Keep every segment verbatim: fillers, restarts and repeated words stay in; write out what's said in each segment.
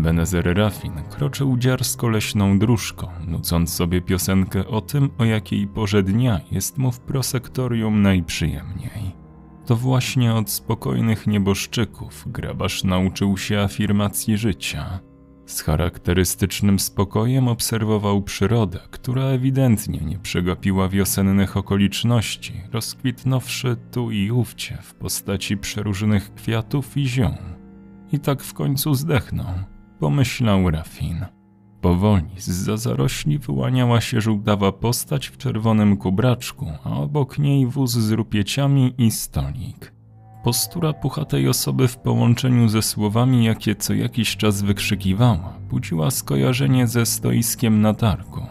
Ebenezer Ruffin kroczył dziarsko leśną dróżką, nucąc sobie piosenkę o tym, o jakiej porze dnia jest mu w prosektorium najprzyjemniej. To właśnie od spokojnych nieboszczyków grabarz nauczył się afirmacji życia. Z charakterystycznym spokojem obserwował przyrodę, która ewidentnie nie przegapiła wiosennych okoliczności, rozkwitnąwszy tu i ówdzie w postaci przeróżnych kwiatów i ziół. I tak w końcu zdechnął, pomyślał Ruffin. Powoli zza zarośli wyłaniała się żółtawa postać w czerwonym kubraczku, a obok niej wóz z rupieciami i stolik. Postura puchatej osoby w połączeniu ze słowami, jakie co jakiś czas wykrzykiwała, budziła skojarzenie ze stoiskiem na targu.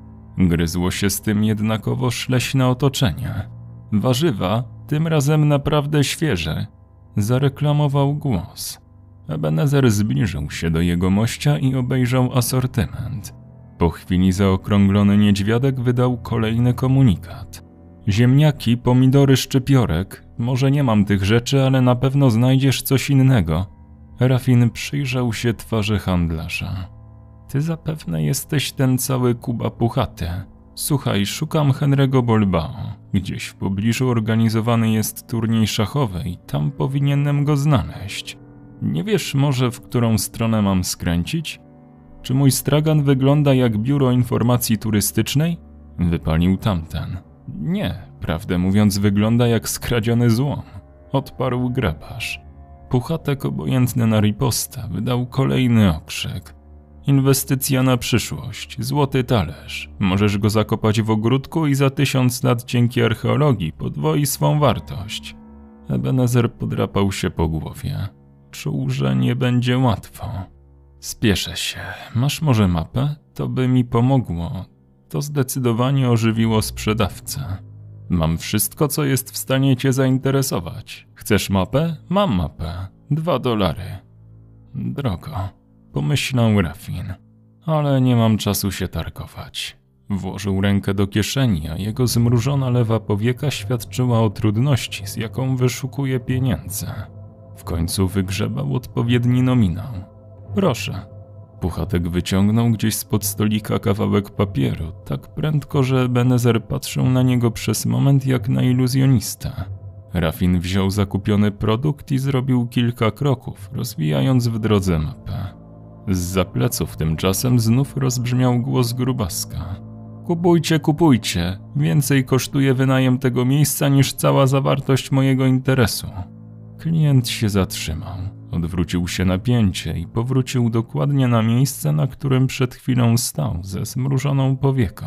Gryzło się z tym jednakowoż leśne otoczenie. Warzywa, tym razem naprawdę świeże, zareklamował głos. Ebenezer zbliżył się do jegomościa i obejrzał asortyment. Po chwili zaokrąglony niedźwiadek wydał kolejny komunikat. Ziemniaki, pomidory, szczypiorek. Może nie mam tych rzeczy, ale na pewno znajdziesz coś innego. Ruffin przyjrzał się twarzy handlarza. Ty zapewne jesteś ten cały Kuba Puchaty. Słuchaj, szukam Henry'ego Bolbao. Gdzieś w pobliżu organizowany jest turniej szachowy i tam powinienem go znaleźć. Nie wiesz może, w którą stronę mam skręcić? Czy mój stragan wygląda jak biuro informacji turystycznej? Wypalił tamten. Nie, prawdę mówiąc wygląda jak skradziony złom, odparł grabarz. Puchatek obojętny na ripostę wydał kolejny okrzyk. Inwestycja na przyszłość, złoty talerz. Możesz go zakopać w ogródku i za tysiąc lat dzięki archeologii podwoi swą wartość. Ebenezer podrapał się po głowie. Czuł, że nie będzie łatwo. Spieszę się. Masz może mapę? To by mi pomogło. To zdecydowanie ożywiło sprzedawcę. Mam wszystko, co jest w stanie cię zainteresować. Chcesz mapę? Mam mapę. Dwa dolary. Drogo, pomyślał Ruffin. Ale nie mam czasu się targować. Włożył rękę do kieszeni, a jego zmrużona lewa powieka świadczyła o trudności, z jaką wyszukuje pieniędzy. W końcu wygrzebał odpowiedni nominał. Proszę. Puchatek wyciągnął gdzieś spod stolika kawałek papieru, tak prędko, że Ebenezer patrzył na niego przez moment jak na iluzjonistę. Ruffin wziął zakupiony produkt i zrobił kilka kroków, rozwijając w drodze mapę. Zza pleców tymczasem znów rozbrzmiał głos grubaska. Kupujcie, kupujcie, więcej kosztuje wynajem tego miejsca niż cała zawartość mojego interesu. Klient się zatrzymał. Odwrócił się na pięcie i powrócił dokładnie na miejsce, na którym przed chwilą stał ze zmrużoną powieką.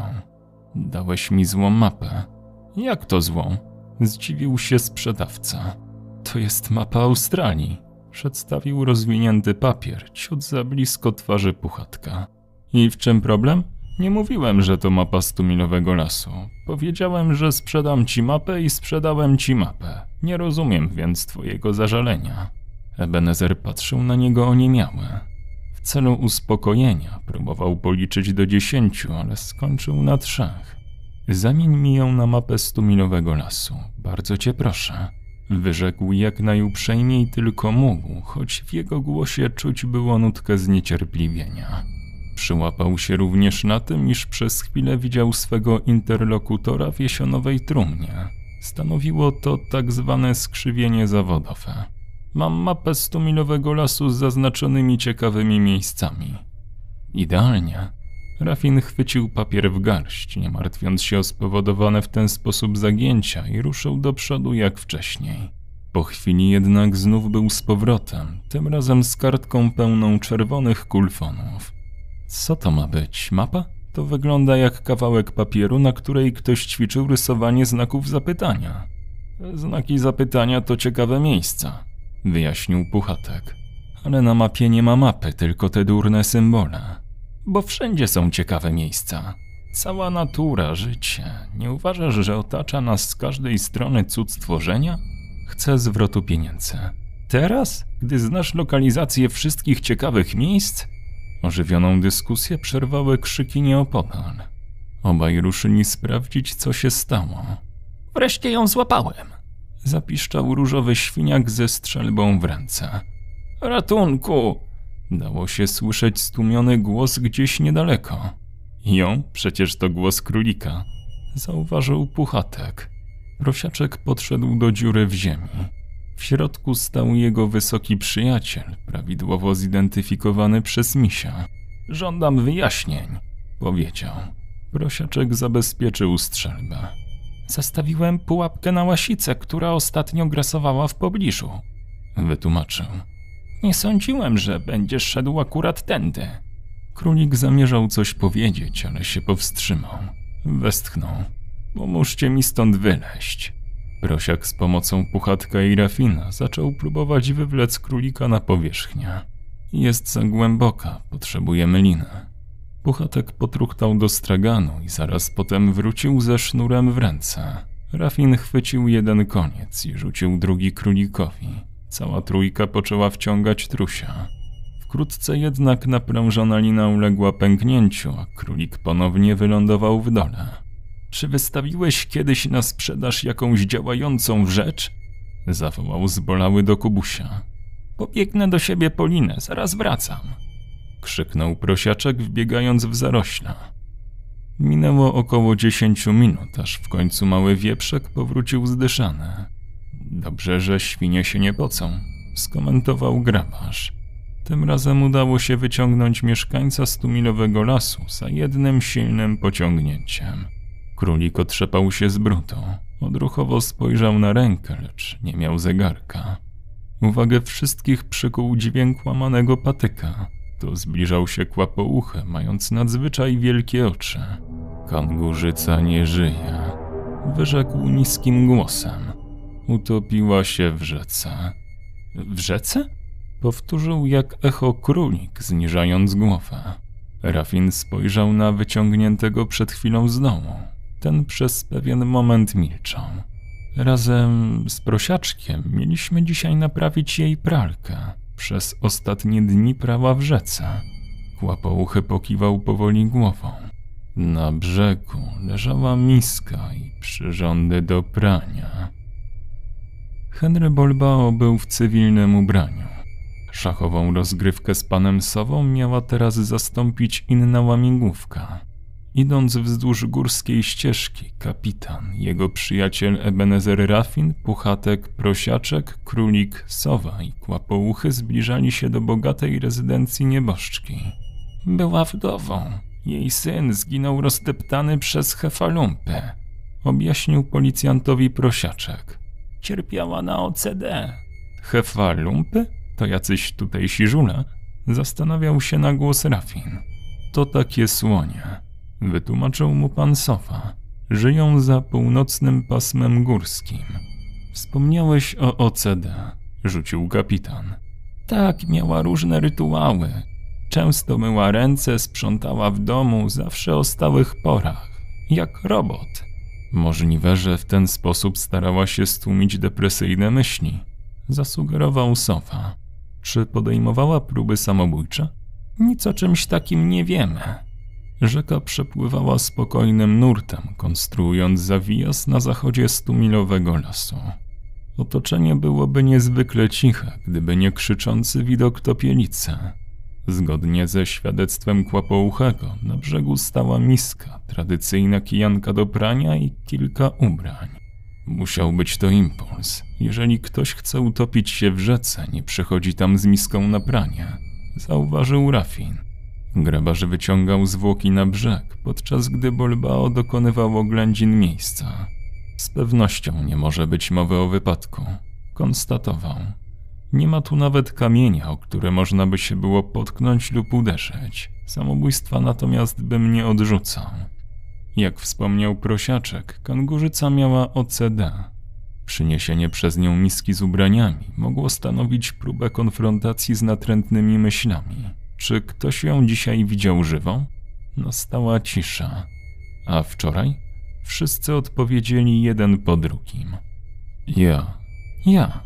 Dałeś mi złą mapę. Jak to złą? Zdziwił się sprzedawca. To jest mapa Australii. Przedstawił rozwinięty papier, ciut za blisko twarzy Puchatka. I w czym problem? Nie mówiłem, że to mapa stumilowego lasu. Powiedziałem, że sprzedam ci mapę i sprzedałem ci mapę. Nie rozumiem więc twojego zażalenia. Ebenezer patrzył na niego oniemiały. W celu uspokojenia próbował policzyć do dziesięciu, ale skończył na trzech. Zamień mi ją na mapę stumilowego lasu. Bardzo cię proszę. Wyrzekł jak najuprzejmiej tylko mógł, choć w jego głosie czuć było nutkę zniecierpliwienia. Przyłapał się również na tym, iż przez chwilę widział swego interlokutora w jesionowej trumnie. Stanowiło to tak zwane skrzywienie zawodowe. Mam mapę stumilowego lasu z zaznaczonymi ciekawymi miejscami. Idealnie. Ruffin chwycił papier w garść, nie martwiąc się o spowodowane w ten sposób zagięcia i ruszył do przodu jak wcześniej. Po chwili jednak znów był z powrotem, tym razem z kartką pełną czerwonych kulfonów. Co to ma być? Mapa? To wygląda jak kawałek papieru, na której ktoś ćwiczył rysowanie znaków zapytania. Znaki zapytania to ciekawe miejsca, wyjaśnił Puchatek. Ale na mapie nie ma mapy, tylko te durne symbole. Bo wszędzie są ciekawe miejsca. Cała natura, życie. Nie uważasz, że otacza nas z każdej strony cud stworzenia? Chcę zwrotu pieniędzy. Teraz? Gdy znasz lokalizację wszystkich ciekawych miejsc? Ożywioną dyskusję przerwały krzyki nieopodal. Obaj ruszyli sprawdzić, co się stało. Wreszcie ją złapałem! Zapiszczał różowy świniak ze strzelbą w ręce. Ratunku! Dało się słyszeć stłumiony głos gdzieś niedaleko. Ją? Przecież to głos królika. Zauważył Puchatek. Prosiaczek podszedł do dziury w ziemi. W środku stał jego wysoki przyjaciel, prawidłowo zidentyfikowany przez misia. Żądam wyjaśnień, powiedział. Prosiaczek zabezpieczył strzelbę. Zastawiłem pułapkę na łasicę, która ostatnio grasowała w pobliżu, wytłumaczył. Nie sądziłem, że będziesz szedł akurat tędy. Królik zamierzał coś powiedzieć, ale się powstrzymał. Westchnął. Pomóżcie mi stąd wyleźć. Prosiak z pomocą Puchatka i Rafina zaczął próbować wywlec królika na powierzchnię. Jest za głęboka, potrzebujemy liny. Puchatek potruchtał do straganu i zaraz potem wrócił ze sznurem w ręce. Rafin chwycił jeden koniec i rzucił drugi królikowi. Cała trójka poczęła wciągać trusia. Wkrótce jednak naprężona lina uległa pęknięciu, a królik ponownie wylądował w dole. Czy wystawiłeś kiedyś na sprzedaż jakąś działającą rzecz? Zawołał zbolały do Kubusia. Pobiegnę do siebie po linę, zaraz wracam. Krzyknął Prosiaczek, wbiegając w zarośla. Minęło około dziesięciu minut, aż w końcu mały wieprzek powrócił zdyszany. Dobrze, że świnie się nie pocą, skomentował grabarz. Tym razem udało się wyciągnąć mieszkańca stumilowego lasu za jednym silnym pociągnięciem. Królik otrzepał się z brudu. Odruchowo spojrzał na rękę, lecz nie miał zegarka. Uwagę wszystkich przykuł dźwięk łamanego patyka. To zbliżał się kłapouchy, mając nadzwyczaj wielkie oczy. Kangurzyca nie żyje, wyrzekł niskim głosem. Utopiła się w rzece. W rzece? Powtórzył jak echo królik, zniżając głowę. Rafin spojrzał na wyciągniętego przed chwilą z domu. Ten przez pewien moment milczał. Razem z Prosiaczkiem mieliśmy dzisiaj naprawić jej pralkę. Przez ostatnie dni prała w rzece. Kłapouchy pokiwał powoli głową. Na brzegu leżała miska i przyrządy do prania. Henry Bolbao był w cywilnym ubraniu. Szachową rozgrywkę z panem Sową miała teraz zastąpić inna łamigłówka. Idąc wzdłuż górskiej ścieżki, kapitan, jego przyjaciel Ebenezer Rafin, Puchatek, Prosiaczek, Królik, Sowa i Kłapouchy zbliżali się do bogatej rezydencji nieboszczki. Była wdową. Jej syn zginął rozdeptany przez Hefalumpy, objaśnił policjantowi Prosiaczek. Cierpiała na O C D. Hefalumpy? To jacyś tutejsi żule? Zastanawiał się na głos Rafin. To takie słonie, wytłumaczył mu pan Sowa. Żyją za północnym pasmem górskim. Wspomniałeś o O C D, rzucił kapitan. Tak, miała różne rytuały. Często myła ręce, sprzątała w domu, zawsze o stałych porach. Jak robot. Możliwe, że w ten sposób starała się stłumić depresyjne myśli, zasugerował Sowa. Czy podejmowała próby samobójcze? Nic o czymś takim nie wiemy. Rzeka przepływała spokojnym nurtem, konstruując zawijas na zachodzie stumilowego lasu. Otoczenie byłoby niezwykle ciche, gdyby nie krzyczący widok topielicy. Zgodnie ze świadectwem Kłapouchego na brzegu stała miska, tradycyjna kijanka do prania i kilka ubrań. Musiał być to impuls. Jeżeli ktoś chce utopić się w rzece, nie przychodzi tam z miską na pranie, zauważył Rafin. Grabarz wyciągał zwłoki na brzeg, podczas gdy Bolbao dokonywał oględzin miejsca. Z pewnością nie może być mowy o wypadku, konstatował. Nie ma tu nawet kamienia, o które można by się było potknąć lub uderzyć. Samobójstwa natomiast bym nie odrzucał. Jak wspomniał Prosiaczek, kangurzyca miała O C D. Przyniesienie przez nią miski z ubraniami mogło stanowić próbę konfrontacji z natrętnymi myślami. Czy ktoś ją dzisiaj widział żywą? Nastała cisza. A wczoraj? Wszyscy odpowiedzieli jeden po drugim. Ja. Ja.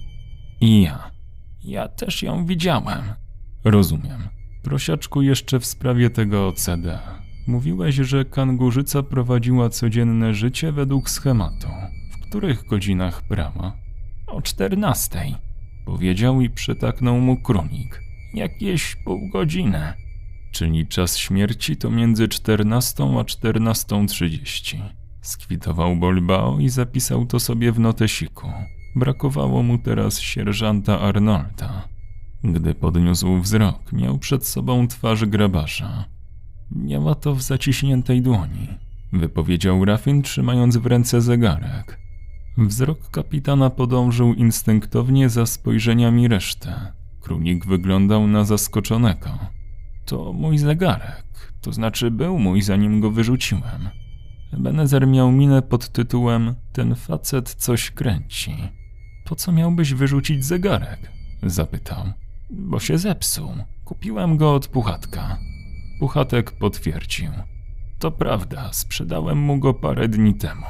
I ja. Ja też ją widziałem. Rozumiem. Prosiaczku, jeszcze w sprawie tego O C D. Mówiłeś, że kangurzyca prowadziła codzienne życie według schematu. W których godzinach prała? O czternastej. Powiedział i przytaknął mu królik. Jakieś pół godziny. Czyli czas śmierci to między czternastą a czternastą trzydzieści. Skwitował Bolbao i zapisał to sobie w notesiku. Brakowało mu teraz sierżanta Arnolda. Gdy podniósł wzrok, miał przed sobą twarz grabarza. Miała to w zaciśniętej dłoni, wypowiedział Ruffin, trzymając w ręce zegarek. Wzrok kapitana podążył instynktownie za spojrzeniami reszty. Królik wyglądał na zaskoczonego. To mój zegarek, to znaczy był mój, zanim go wyrzuciłem. Ebenezer miał minę pod tytułem Ten facet coś kręci. Po co miałbyś wyrzucić zegarek? Zapytał. Bo się zepsuł. Kupiłem go od Puchatka. Puchatek potwierdził. To prawda, sprzedałem mu go parę dni temu.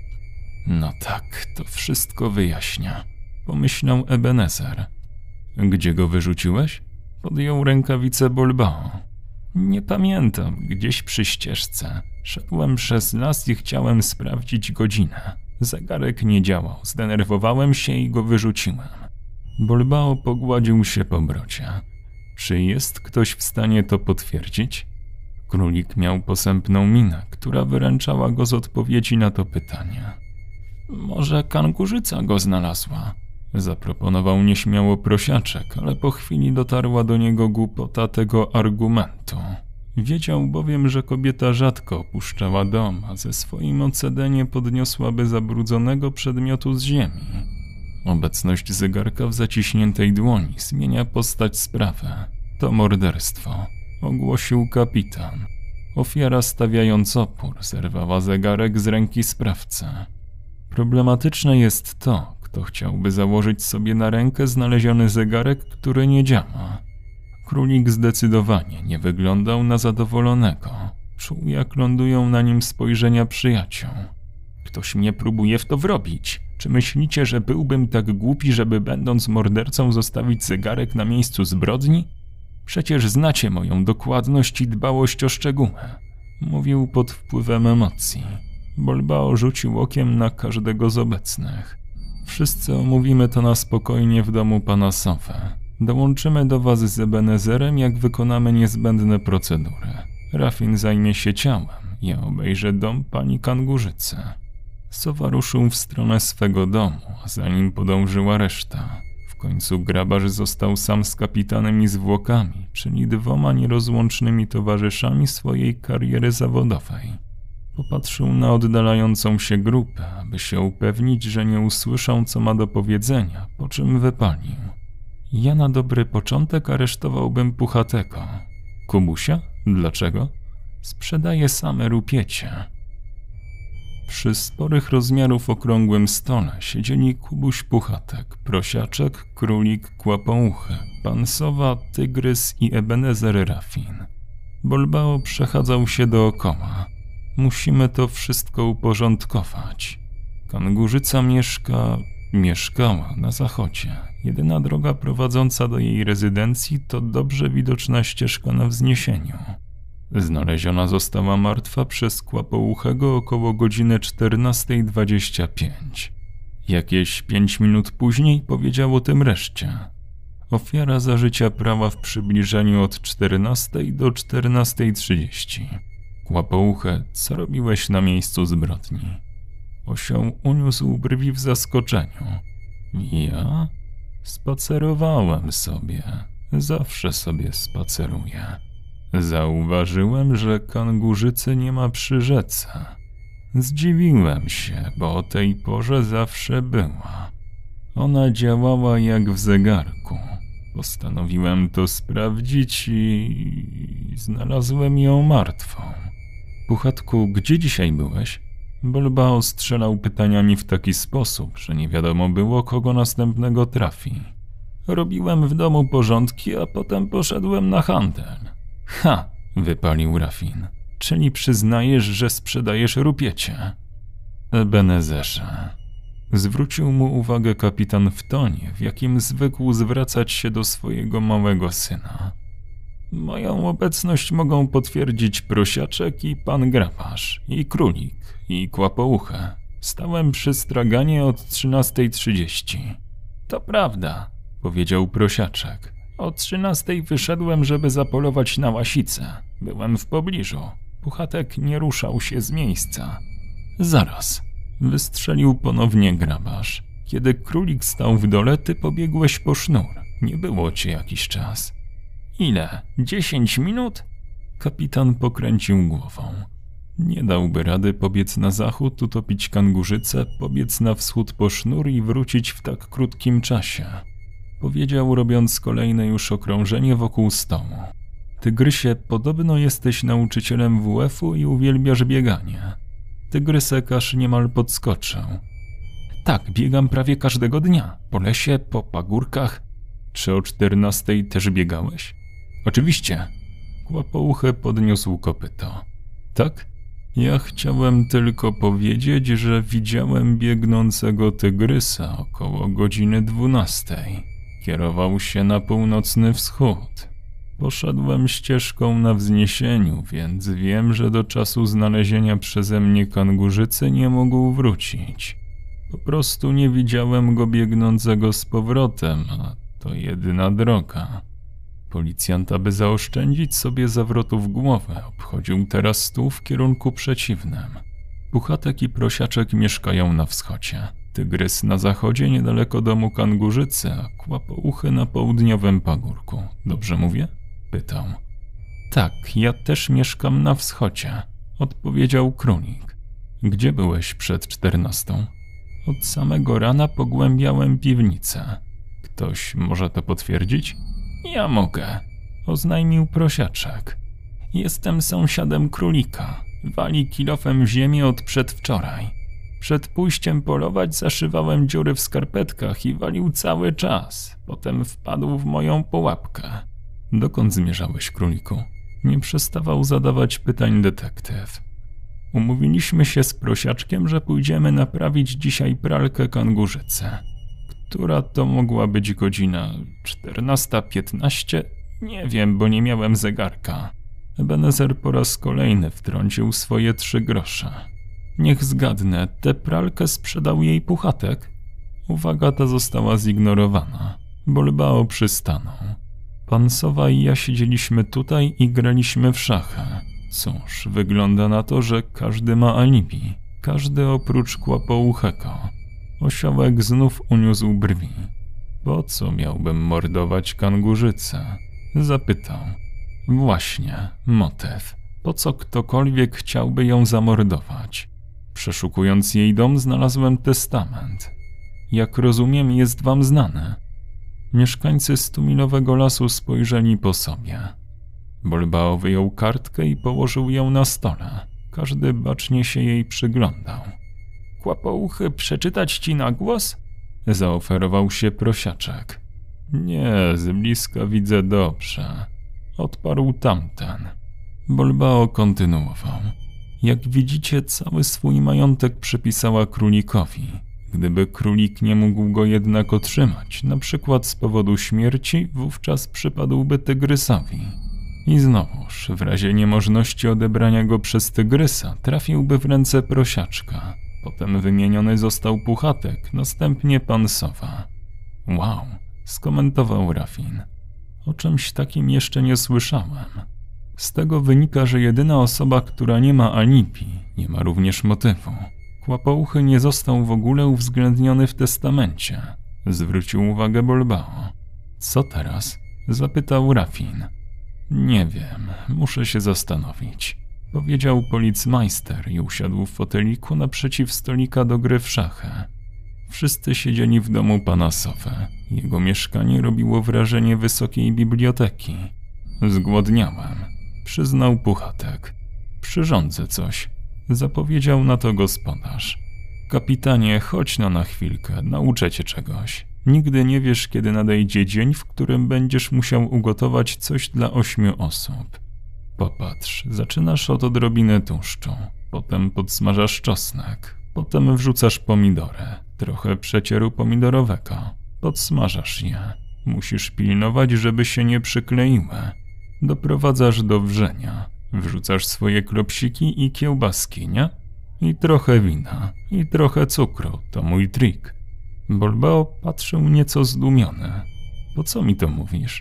No tak, to wszystko wyjaśnia, pomyślał Ebenezer. Gdzie go wyrzuciłeś? Podjął rękawicę Bolbao. Nie pamiętam, gdzieś przy ścieżce. Szedłem przez las i chciałem sprawdzić godzinę. Zegarek nie działał, zdenerwowałem się i go wyrzuciłem. Bolbao pogładził się po brodzie. Czy jest ktoś w stanie to potwierdzić? Królik miał posępną minę, która wyręczała go z odpowiedzi na to pytanie. Może kangurzyca go znalazła? Zaproponował nieśmiało prosiaczek, ale po chwili dotarła do niego głupota tego argumentu. Wiedział bowiem, że kobieta rzadko opuszczała dom, a ze swoim ocede nie podniosłaby zabrudzonego przedmiotu z ziemi. Obecność zegarka w zaciśniętej dłoni zmienia postać sprawy. To morderstwo, ogłosił kapitan. Ofiara, stawiając opór, zerwała zegarek z ręki sprawcy. Problematyczne jest to, kto chciałby założyć sobie na rękę znaleziony zegarek, który nie działa. Królik zdecydowanie nie wyglądał na zadowolonego. Czuł, jak lądują na nim spojrzenia przyjaciół. Ktoś mnie próbuje w to wrobić. Czy myślicie, że byłbym tak głupi, żeby będąc mordercą zostawić zegarek na miejscu zbrodni? Przecież znacie moją dokładność i dbałość o szczegóły. Mówił pod wpływem emocji. Bolbao rzucił okiem na każdego z obecnych. Wszyscy omówimy to na spokojnie w domu pana Sofy. Dołączymy do was z Ebenezerem, jak wykonamy niezbędne procedury. Ruffin zajmie się ciałem, ja obejrzę dom pani Kangurzycy. Sowa ruszył w stronę swego domu, a za nim podążyła reszta. W końcu grabarz został sam z kapitanem i zwłokami, czyli dwoma nierozłącznymi towarzyszami swojej kariery zawodowej. Popatrzył na oddalającą się grupę, aby się upewnić, że nie usłyszą, co ma do powiedzenia, po czym wypalił. Ja na dobry początek aresztowałbym Puchatego. Kubusia? Dlaczego? Sprzedaje same rupiecie. Przy sporych rozmiarów okrągłym stole siedzieli Kubuś Puchatek, Prosiaczek, Królik, Kłapouchy, Pan Sowa, Tygrys i Ebenezer Ruffin. Bolbao przechadzał się dookoła. Musimy to wszystko uporządkować. Kangurzyca mieszka... mieszkała na zachodzie. Jedyna droga prowadząca do jej rezydencji to dobrze widoczna ścieżka na wzniesieniu. Znaleziona została martwa przez Kłapouchego około godziny czternasta dwadzieścia pięć. Jakieś pięć minut później powiedział o tym reszcie. Ofiara za życia prała w przybliżeniu od czternastej do czternastej trzydzieści. Kłapouche, co robiłeś na miejscu zbrodni? Osioł uniósł brwi w zaskoczeniu. Ja? Spacerowałem sobie. Zawsze sobie spaceruję. Zauważyłem, że kangurzycy nie ma przy rzece. Zdziwiłem się, bo o tej porze zawsze była. Ona działała jak w zegarku. Postanowiłem to sprawdzić i znalazłem ją martwą. Puchatku, gdzie dzisiaj byłeś? Bolbao strzelał pytaniami w taki sposób, że nie wiadomo było, kogo następnego trafi. Robiłem w domu porządki, a potem poszedłem na handel. Ha, wypalił Ruffin. Czyli przyznajesz, że sprzedajesz rupiecie? Ebenezerze. Zwrócił mu uwagę kapitan w tonie, w jakim zwykł zwracać się do swojego małego syna. Moją obecność mogą potwierdzić Prosiaczek i pan grabarz, i Królik, i Kłapouche. Stałem przy straganie od trzynastej trzydzieści. To prawda, powiedział Prosiaczek. O trzynastej wyszedłem, żeby zapolować na łasicę. Byłem w pobliżu. Puchatek nie ruszał się z miejsca. Zaraz. Wystrzelił ponownie grabarz. Kiedy królik stał w dole, ty pobiegłeś po sznur. Nie było cię jakiś czas. Ile? Dziesięć minut? Kapitan pokręcił głową. Nie dałby rady pobiec na zachód, utopić kangurzycę, pobiec na wschód po sznur i wrócić w tak krótkim czasie. Powiedział, robiąc kolejne już okrążenie wokół stołu. Tygrysie, podobno jesteś nauczycielem W F-u i uwielbiasz bieganie. Tygrysek aż niemal podskoczył. Tak, biegam prawie każdego dnia. Po lesie, po pagórkach. Czy o czternastej też biegałeś? Oczywiście. Kłapouchy podniósł kopyto. Tak? Ja chciałem tylko powiedzieć, że widziałem biegnącego tygrysa około godziny dwunastej. Kierował się na północny wschód. Poszedłem ścieżką na wzniesieniu, więc wiem, że do czasu znalezienia przeze mnie kangurzycy nie mógł wrócić. Po prostu nie widziałem go biegnącego z powrotem, a to jedyna droga. Policjant, aby zaoszczędzić sobie zawrotów głowę, obchodził teraz stół w kierunku przeciwnym. Puchatek i prosiaczek mieszkają na wschodzie. Tygrys na zachodzie niedaleko domu kangurzycy, a kłapouchy na południowym pagórku. Dobrze mówię? Pytał. Tak, ja też mieszkam na wschodzie, odpowiedział królik. Gdzie byłeś przed czternastą? Od samego rana pogłębiałem piwnicę. Ktoś może to potwierdzić? Ja mogę, oznajmił prosiaczek. Jestem sąsiadem królika. Wali kilofem w ziemię od przedwczoraj. Przed pójściem polować zaszywałem dziury w skarpetkach i walił cały czas. Potem wpadł w moją pułapkę. Dokąd zmierzałeś, króliku? Nie przestawał zadawać pytań detektyw. Umówiliśmy się z prosiaczkiem, że pójdziemy naprawić dzisiaj pralkę kangurzycy. Która to mogła być godzina? czternasta piętnaście? Nie wiem, bo nie miałem zegarka. Ebenezer po raz kolejny wtrącił swoje trzy grosze. Niech zgadnę, tę pralkę sprzedał jej Puchatek? Uwaga ta została zignorowana. Bolbao przystanął. Pan Sowa i ja siedzieliśmy tutaj i graliśmy w szachy. Cóż, wygląda na to, że każdy ma alibi. Każdy oprócz kłapouchego. Osiołek znów uniósł brwi. Po co miałbym mordować kangurzycę? Zapytał. Właśnie, motyw. Po co ktokolwiek chciałby ją zamordować? Przeszukując jej dom, znalazłem testament. Jak rozumiem, jest wam znany. Mieszkańcy stumilowego lasu spojrzeli po sobie. Bolbao wyjął kartkę i położył ją na stole. Każdy bacznie się jej przyglądał. Kłapouchy, przeczytać ci na głos? Zaoferował się prosiaczek. Nie, z bliska widzę dobrze. Odparł tamten. Bolbao kontynuował. Jak widzicie, cały swój majątek przypisała królikowi. Gdyby królik nie mógł go jednak otrzymać, na przykład z powodu śmierci, wówczas przypadłby tygrysowi. I znowuż, w razie niemożności odebrania go przez tygrysa, trafiłby w ręce prosiaczka. Potem wymieniony został Puchatek, następnie pan Sowa. Wow, skomentował Rafin. O czymś takim jeszcze nie słyszałem. Z tego wynika, że jedyna osoba, która nie ma alibi, nie ma również motywu. Kłapouchy nie został w ogóle uwzględniony w testamencie. Zwrócił uwagę Bolbao. Co teraz? Zapytał Rafin. Nie wiem, muszę się zastanowić. Powiedział policmajster i usiadł w foteliku naprzeciw stolika do gry w szachy. Wszyscy siedzieli w domu pana Sowy. Jego mieszkanie robiło wrażenie wysokiej biblioteki. Zgłodniałem, przyznał Puchatek. Przyrządzę coś, zapowiedział na to gospodarz. Kapitanie, chodź no na chwilkę, nauczę cię czegoś. Nigdy nie wiesz, kiedy nadejdzie dzień, w którym będziesz musiał ugotować coś dla ośmiu osób. Popatrz, zaczynasz od odrobiny tłuszczu, potem podsmażasz czosnek, potem wrzucasz pomidory, trochę przecieru pomidorowego, podsmażasz je. Musisz pilnować, żeby się nie przykleiły. Doprowadzasz do wrzenia, wrzucasz swoje klopsiki i kiełbaski, nie? I trochę wina, i trochę cukru, to mój trik. Bolbao patrzył nieco zdumiony. Po co mi to mówisz?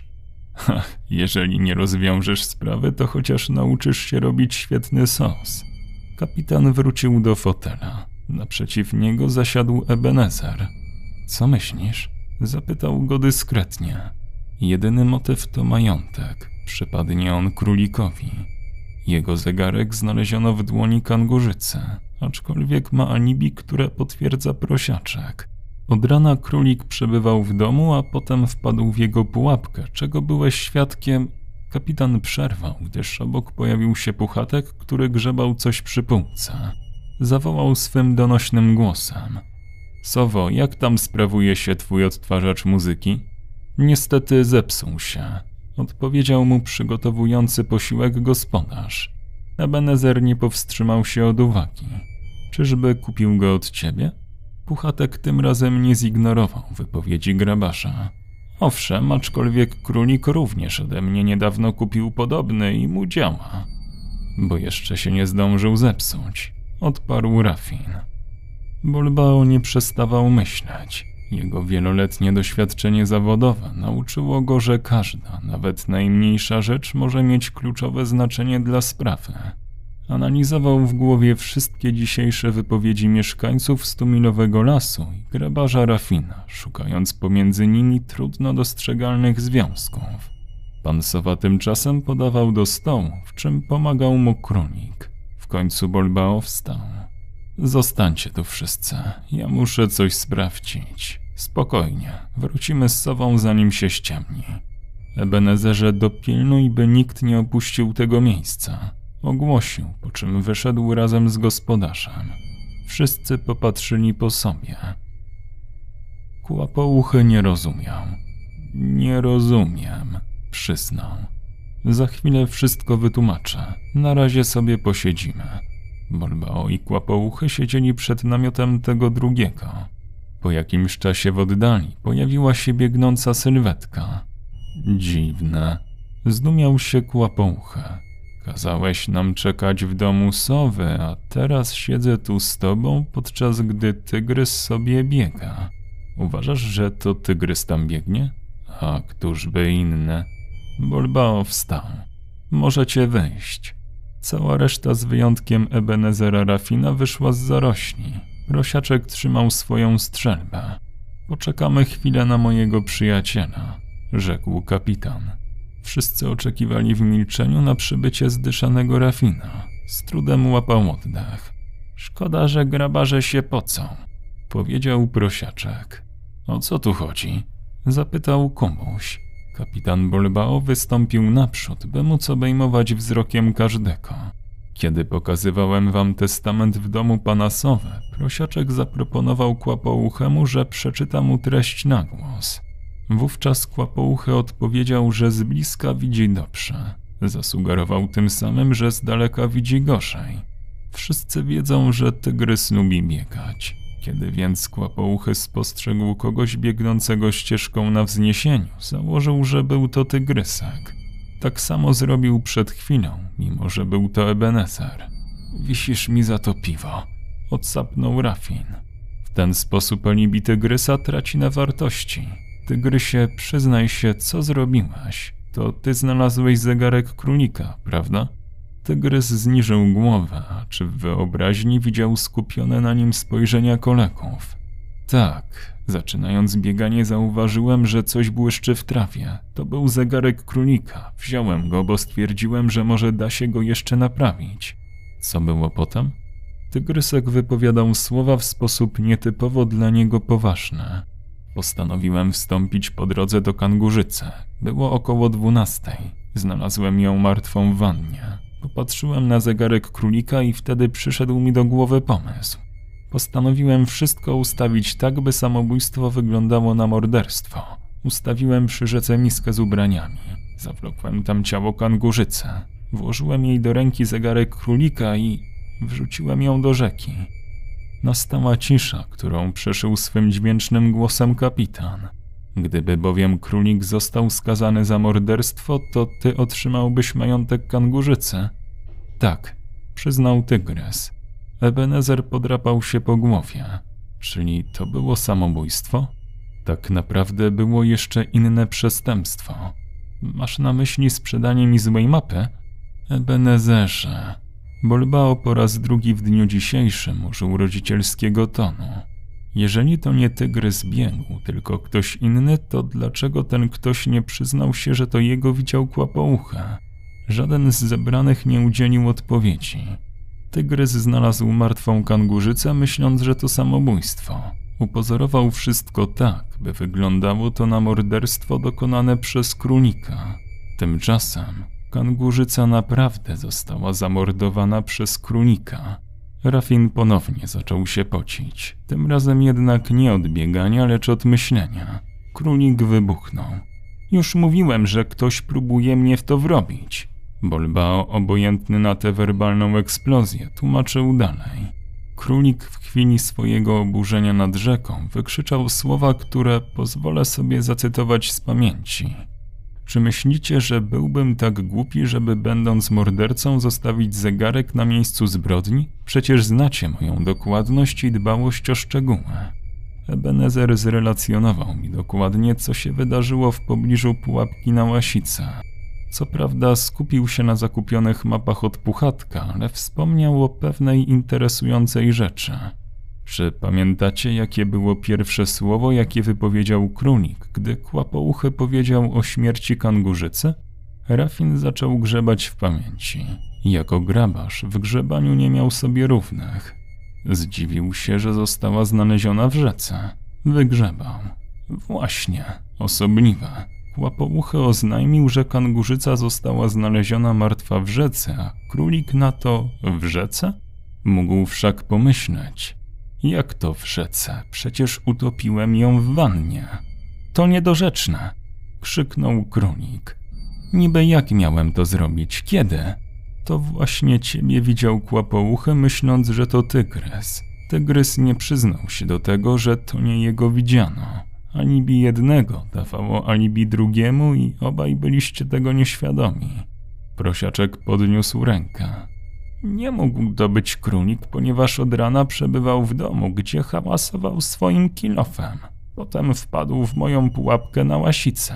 Ha, jeżeli nie rozwiążesz sprawy, to chociaż nauczysz się robić świetny sos. Kapitan wrócił do fotela. Naprzeciw niego zasiadł Ebenezer. Co myślisz? Zapytał go dyskretnie. Jedyny motyw to majątek. Przypadnie on królikowi. Jego zegarek znaleziono w dłoni kangurzycy, aczkolwiek ma alibi, które potwierdza prosiaczek. Od rana królik przebywał w domu, a potem wpadł w jego pułapkę, czego byłeś świadkiem. Kapitan przerwał, gdyż obok pojawił się Puchatek, który grzebał coś przy półce. Zawołał swym donośnym głosem. Sowo, jak tam sprawuje się twój odtwarzacz muzyki? Niestety zepsuł się, odpowiedział mu przygotowujący posiłek gospodarz. Ebenezer nie powstrzymał się od uwagi. Czyżby kupił go od ciebie? Puchatek tym razem nie zignorował wypowiedzi grabasza. Owszem, aczkolwiek królik również ode mnie niedawno kupił podobny i mu działa. Bo jeszcze się nie zdążył zepsuć, odparł Rafin. Bolbao nie przestawał myśleć. Jego wieloletnie doświadczenie zawodowe nauczyło go, że każda, nawet najmniejsza rzecz może mieć kluczowe znaczenie dla sprawy. Analizował w głowie wszystkie dzisiejsze wypowiedzi mieszkańców stumilowego lasu i grabarza Rafina, szukając pomiędzy nimi trudno dostrzegalnych związków. Pan Sowa tymczasem podawał do stołu, w czym pomagał mu królik. W końcu Bolbao wstał. Zostańcie tu wszyscy, ja muszę coś sprawdzić. Spokojnie, wrócimy z Sową zanim się ściemni. Ebenezerze, dopilnuj, by nikt nie opuścił tego miejsca. Ogłosił, po czym wyszedł razem z gospodarzem. Wszyscy popatrzyli po sobie. Kłapouchy nie rozumiał. Nie rozumiem, przysnął. Za chwilę wszystko wytłumaczę. Na razie sobie posiedzimy. Bolbao i Kłapouchy siedzieli przed namiotem tego drugiego. Po jakimś czasie w oddali pojawiła się biegnąca sylwetka. Dziwne. Zdumiał się Kłapouchy. Kazałeś nam czekać w domu Sowy, a teraz siedzę tu z tobą, podczas gdy tygrys sobie biega. Uważasz, że to tygrys tam biegnie? A któż by inny? Bolbao wstał. Możecie wyjść. Cała reszta z wyjątkiem Ebenezera Rafina wyszła z zarośli. Prosiaczek trzymał swoją strzelbę. Poczekamy chwilę na mojego przyjaciela, rzekł kapitan. Wszyscy oczekiwali w milczeniu na przybycie zdyszanego Rafina. Z trudem łapał oddech. Szkoda, że grabarze się pocą, powiedział prosiaczek. O co tu chodzi? Zapytał Kumuś. Kapitan Bolbao wystąpił naprzód, by móc obejmować wzrokiem każdego. Kiedy pokazywałem wam testament w domu pana Sowy, prosiaczek zaproponował Kłapouchemu, że przeczyta mu treść na głos. Wówczas Kłapouchy odpowiedział, że z bliska widzi dobrze. Zasugerował tym samym, że z daleka widzi gorzej. Wszyscy wiedzą, że tygrys lubi biegać. Kiedy więc Kłapouchy spostrzegł kogoś biegnącego ścieżką na wzniesieniu, założył, że był to tygrysek. Tak samo zrobił przed chwilą, mimo że był to Ebenezer. Wisisz mi za to piwo, odsapnął Rafin. W ten sposób alibi tygrysa traci na wartości. Tygrysie, przyznaj się, co zrobiłeś. To ty znalazłeś zegarek królika, prawda? Tygrys zniżył głowę, a czy w wyobraźni widział skupione na nim spojrzenia kolegów. Tak, zaczynając bieganie zauważyłem, że coś błyszczy w trawie. To był zegarek królika. Wziąłem go, bo stwierdziłem, że może da się go jeszcze naprawić. Co było potem? Tygrysek wypowiadał słowa w sposób nietypowo dla niego poważny. Postanowiłem wstąpić po drodze do Kangurzycy. Było około dwunastej. Znalazłem ją martwą w wannie. Popatrzyłem na zegarek królika i wtedy przyszedł mi do głowy pomysł. Postanowiłem wszystko ustawić tak, by samobójstwo wyglądało na morderstwo. Ustawiłem przy rzece miskę z ubraniami. Zawlokłem tam ciało Kangurzycy. Włożyłem jej do ręki zegarek królika i wrzuciłem ją do rzeki. Nastała cisza, którą przeszył swym dźwięcznym głosem kapitan. Gdyby bowiem królik został skazany za morderstwo, to ty otrzymałbyś majątek Kangurzycy. Tak, przyznał tygrys. Ebenezer podrapał się po głowie. Czyli to było samobójstwo? Tak naprawdę było jeszcze inne przestępstwo. Masz na myśli sprzedanie mi złej mapy? Ebenezerze. Bolbao po raz drugi w dniu dzisiejszym użył rodzicielskiego tonu. Jeżeli to nie tygrys biegł, tylko ktoś inny, to dlaczego ten ktoś nie przyznał się, że to jego widział Kłapoucha? Żaden z zebranych nie udzielił odpowiedzi. Tygrys znalazł martwą kangurzycę, myśląc, że to samobójstwo. Upozorował wszystko tak, by wyglądało to na morderstwo dokonane przez królika. Tymczasem kangurzyca naprawdę została zamordowana przez królika. Rafin ponownie zaczął się pocić. Tym razem jednak nie od biegania, lecz od myślenia. Królik wybuchnął. Już mówiłem, że ktoś próbuje mnie w to wrobić. Bolbao, obojętny na tę werbalną eksplozję, tłumaczył dalej. Królik w chwili swojego oburzenia nad rzeką wykrzyczał słowa, które pozwolę sobie zacytować z pamięci. Czy myślicie, że byłbym tak głupi, żeby będąc mordercą zostawić zegarek na miejscu zbrodni? Przecież znacie moją dokładność i dbałość o szczegóły. Ebenezer zrelacjonował mi dokładnie, co się wydarzyło w pobliżu pułapki na Łasicę. Co prawda skupił się na zakupionych mapach od Puchatka, ale wspomniał o pewnej interesującej rzeczy. Czy pamiętacie, jakie było pierwsze słowo, jakie wypowiedział królik, gdy Kłapouchy powiedział o śmierci kangurzycy? Rafin zaczął grzebać w pamięci. Jako grabarz w grzebaniu nie miał sobie równych. Zdziwił się, że została znaleziona w rzece. Wygrzebał. Właśnie, osobliwe. Kłapouchy oznajmił, że kangurzyca została znaleziona martwa w rzece, a królik na to w rzece? Mógł wszak pomyśleć. Jak to w rzece? Przecież utopiłem ją w wannie. To niedorzeczne, krzyknął królik. Niby jak miałem to zrobić? Kiedy? To właśnie ciebie widział Kłapouchy, myśląc, że to tygrys. Tygrys nie przyznał się do tego, że to nie jego widziano. Alibi jednego dawało alibi drugiemu i obaj byliście tego nieświadomi. Prosiaczek podniósł rękę. Nie mógł to być królik, ponieważ od rana przebywał w domu, gdzie hałasował swoim kilofem. Potem wpadł w moją pułapkę na Łasicę.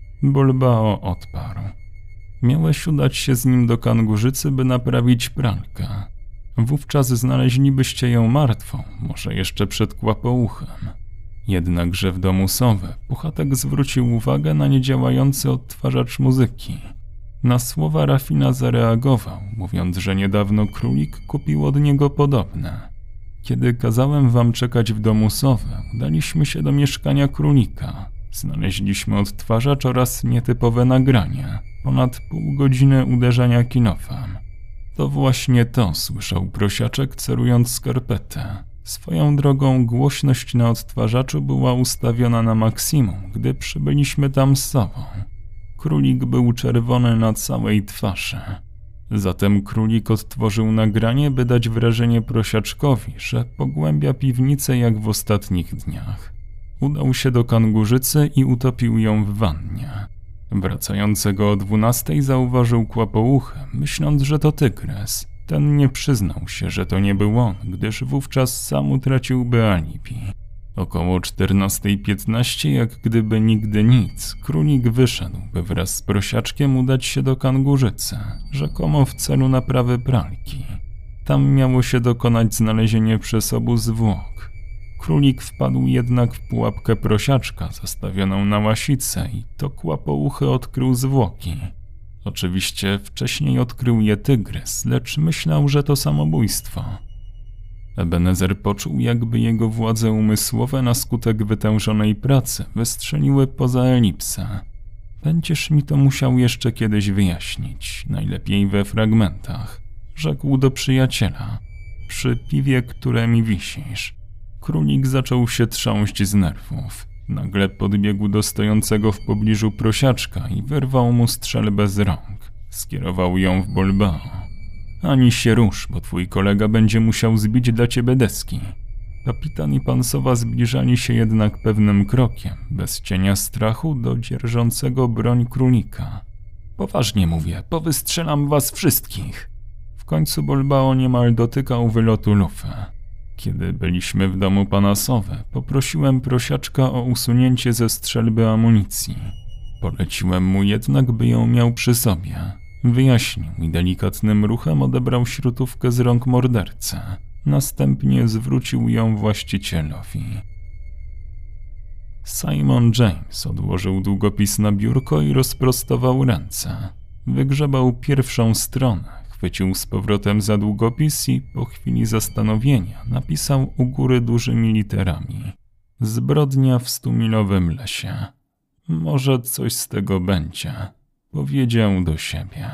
Bolbao odparł. Miałeś udać się z nim do kangurzycy, by naprawić pralkę. Wówczas znaleźlibyście ją martwą, może jeszcze przed Kłapouchem. Jednakże w domu Sowy Puchatek zwrócił uwagę na niedziałający odtwarzacz muzyki. Na słowa Rafina zareagował, mówiąc, że niedawno królik kupił od niego podobne. Kiedy kazałem wam czekać w domu Sowy, udaliśmy się do mieszkania królika. Znaleźliśmy odtwarzacz oraz nietypowe nagranie. Ponad pół godziny uderzania kinofem. To właśnie to słyszał prosiaczek, celując skarpetę. Swoją drogą głośność na odtwarzaczu była ustawiona na maksimum, gdy przybyliśmy tam z Sową. Królik był czerwony na całej twarzy. Zatem królik odtworzył nagranie, by dać wrażenie prosiaczkowi, że pogłębia piwnicę jak w ostatnich dniach. Udał się do kangurzycy i utopił ją w wannie. Wracającego o dwunastej zauważył Kłapouchy, myśląc, że to tygrys. Ten nie przyznał się, że to nie był on, gdyż wówczas sam utraciłby alibi. Około czternastej piętnaście, jak gdyby nigdy nic, królik wyszedł, by wraz z prosiaczkiem udać się do kangurzycy, rzekomo w celu naprawy pralki. Tam miało się dokonać znalezienie przez obu zwłok. Królik wpadł jednak w pułapkę prosiaczka zastawioną na Łasicę i to Kłapouchy odkrył zwłoki. Oczywiście wcześniej odkrył je tygrys, lecz myślał, że to samobójstwo. Ebenezer poczuł, jakby jego władze umysłowe na skutek wytężonej pracy wystrzeliły poza elipsę. Będziesz mi to musiał jeszcze kiedyś wyjaśnić, najlepiej we fragmentach, rzekł do przyjaciela, przy piwie, które mi wisisz. Królik zaczął się trząść z nerwów. Nagle podbiegł do stojącego w pobliżu prosiaczka i wyrwał mu strzelbę z rąk. Skierował ją w Bolbao. Ani się rusz, bo twój kolega będzie musiał zbić dla ciebie deski. Kapitan i pan Sowa zbliżali się jednak pewnym krokiem, bez cienia strachu, do dzierżącego broń królika. Poważnie mówię, powystrzelam was wszystkich. W końcu Bolbao niemal dotykał wylotu lufy. Kiedy byliśmy w domu pana Sowy, poprosiłem prosiaczka o usunięcie ze strzelby amunicji. Poleciłem mu jednak, by ją miał przy sobie. Wyjaśnił i delikatnym ruchem odebrał śrutówkę z rąk mordercy. Następnie zwrócił ją właścicielowi. Simon James odłożył długopis na biurko i rozprostował ręce. Wygrzebał pierwszą stronę, chwycił z powrotem za długopis i po chwili zastanowienia napisał u góry dużymi literami: Zbrodnia w stumilowym lesie. Może coś z tego będzie, powiedział do siebie.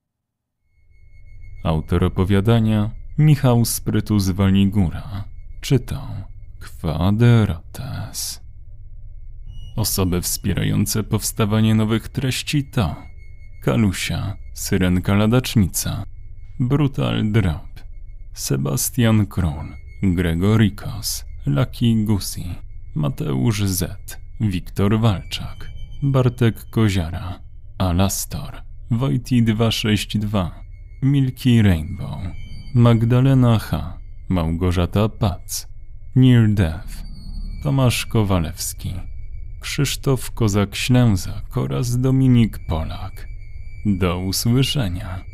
Autor opowiadania Michał Sprytu z Waligóra. Czytał Kwadrates. Osoby wspierające powstawanie nowych treści to Kalusia, Syrenka Ladacznica, Brutal Drop, Sebastian Król, Gregorikos, Lucky Gusi, Mateusz Z, Wiktor Walczak, Bartek Koziara, Alastor, Wojti dwieście sześć dwa, Milky Rainbow, Magdalena H, Małgorzata Pac, Near Death, Tomasz Kowalewski, Krzysztof Kozak-Ślęzak oraz Dominik Polak. Do usłyszenia.